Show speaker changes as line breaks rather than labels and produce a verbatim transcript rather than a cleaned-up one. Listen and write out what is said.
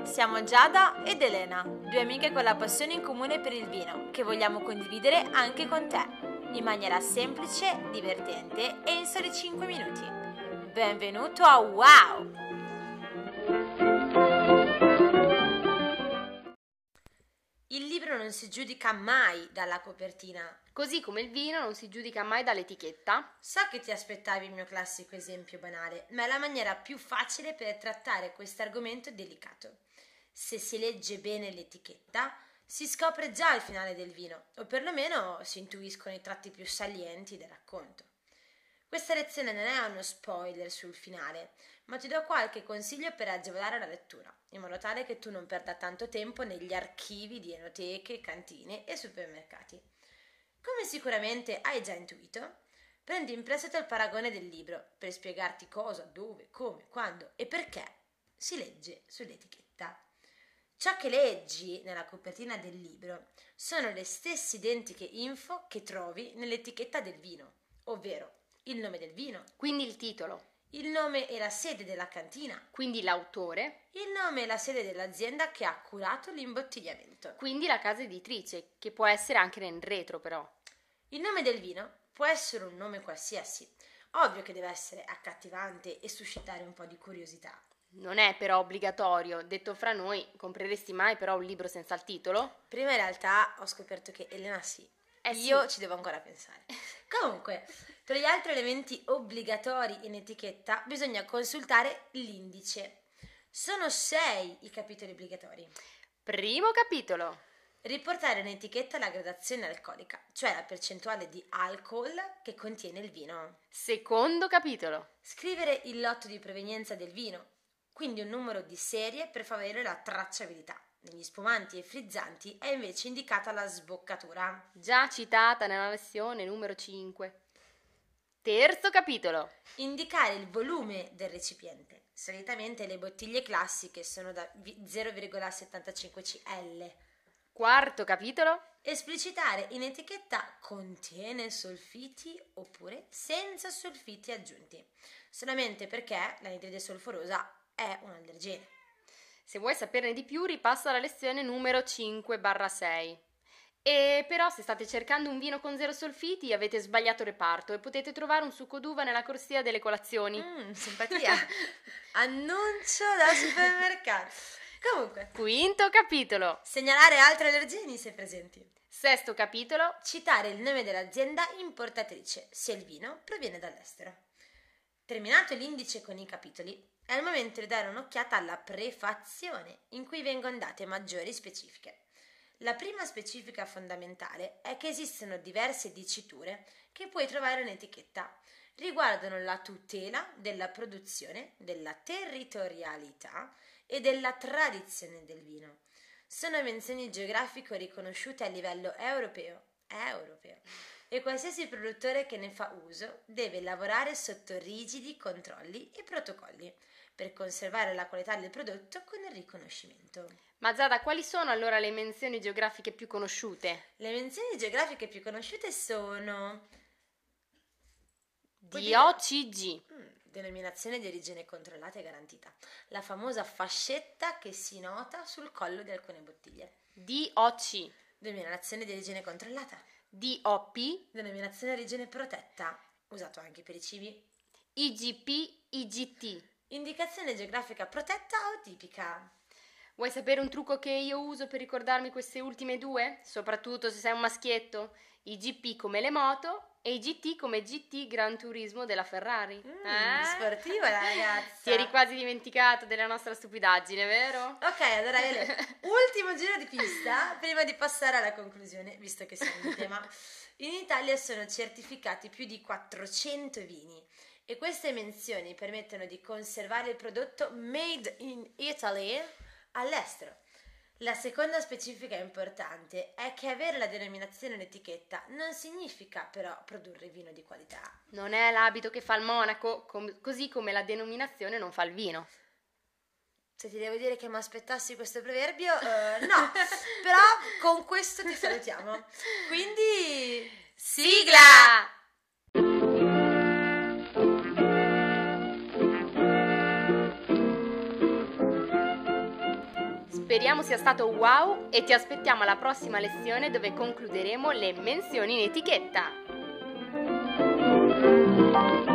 Siamo Giada ed Elena, due amiche con la passione in comune per il vino, che vogliamo condividere anche con te, in maniera semplice, divertente e in soli cinque minuti. Benvenuto a Wow! Il libro non si giudica mai dalla copertina.
Così come il vino non si giudica mai dall'etichetta.
So che ti aspettavi il mio classico esempio banale, ma è la maniera più facile per trattare questo argomento delicato. Se si legge bene l'etichetta, si scopre già il finale del vino, o perlomeno si intuiscono i tratti più salienti del racconto. Questa lezione non è uno spoiler sul finale, ma ti do qualche consiglio per agevolare la lettura, in modo tale che tu non perda tanto tempo negli archivi di enoteche, cantine e supermercati. Come sicuramente hai già intuito, prendi in prestito il paragone del libro per spiegarti cosa, dove, come, quando e perché si legge sull'etichetta. Ciò che leggi nella copertina del libro sono le stesse identiche info che trovi nell'etichetta del vino, ovvero il nome del vino,
quindi il titolo,
il nome e la sede della cantina,
quindi l'autore,
il nome e la sede dell'azienda che ha curato l'imbottigliamento,
quindi la casa editrice, che può essere anche nel retro però.
Il nome del vino può essere un nome qualsiasi, ovvio che deve essere accattivante e suscitare un po' di curiosità.
Non è però obbligatorio, detto fra noi, compreresti mai però un libro senza il titolo?
Prima in realtà ho scoperto che Elena sì,
eh
io
sì.
ci devo ancora pensare. Comunque, tra gli altri elementi obbligatori in etichetta bisogna consultare l'indice. Sono sei i capitoli obbligatori.
Primo capitolo.
Riportare in etichetta la gradazione alcolica, cioè la percentuale di alcol che contiene il vino.
Secondo capitolo.
Scrivere il lotto di provenienza del vino, quindi un numero di serie per favorire la tracciabilità. Negli spumanti e frizzanti è invece indicata la sboccatura,
già citata nella lezione numero cinque. Terzo capitolo.
Indicare il volume del recipiente. Solitamente le bottiglie classiche sono da zero virgola settantacinque centilitri.
Quarto capitolo.
Esplicitare in etichetta contiene solfiti oppure senza solfiti aggiunti, solamente perché l'anidride solforosa è un allergene.
Se vuoi saperne di più, ripassa la lezione numero cinque barra sei. E però se state cercando un vino con zero solfiti avete sbagliato reparto e potete trovare un succo d'uva nella corsia delle colazioni.
Mm, simpatia. Annuncio da supermercato. Comunque.
Quinto capitolo.
Segnalare altri allergeni se presenti.
Sesto capitolo.
Citare il nome dell'azienda importatrice se il vino proviene dall'estero. Terminato l'indice con i capitoli, è il momento di dare un'occhiata alla prefazione, in cui vengono date maggiori specifiche. La prima specifica fondamentale è che esistono diverse diciture che puoi trovare in etichetta. Riguardano la tutela della produzione, della territorialità e della tradizione del vino. Sono menzioni geografiche riconosciute a livello europeo, europeo e qualsiasi produttore che ne fa uso deve lavorare sotto rigidi controlli e protocolli per conservare la qualità del prodotto con il riconoscimento.
Ma Giada, quali sono allora le menzioni geografiche più conosciute?
Le menzioni geografiche più conosciute sono
D O C G.
Mm, denominazione di origine controllata e garantita. La famosa fascetta che si nota sul collo di alcune bottiglie.
D O C.
Denominazione di origine controllata.
D O P.
Denominazione di origine protetta, usato anche per i cibi.
I G P, I G T.
Indicazione geografica protetta o tipica.
Vuoi sapere un trucco che io uso per ricordarmi queste ultime due? Soprattutto se sei un maschietto. I G P come le moto e i G T come G T Gran Turismo della Ferrari.
Mm,
eh?
Sportiva la ragazza.
Ti eri quasi dimenticato della nostra stupidaggine, vero?
Ok, allora Ele, ultimo giro di pista prima di passare alla conclusione, visto che siamo in tema. In Italia sono certificati più di quattrocento vini e queste menzioni permettono di conservare il prodotto made in Italy all'estero. La seconda specifica importante è che avere la denominazione in etichetta non significa però produrre vino di qualità.
Non è l'abito che fa il monaco, com- così come la denominazione non fa il vino.
Se ti devo dire che mi aspettassi questo proverbio, uh, no, però con questo ti salutiamo. Quindi, sigla!
Speriamo sia stato wow e ti aspettiamo alla prossima lezione dove concluderemo le menzioni in etichetta.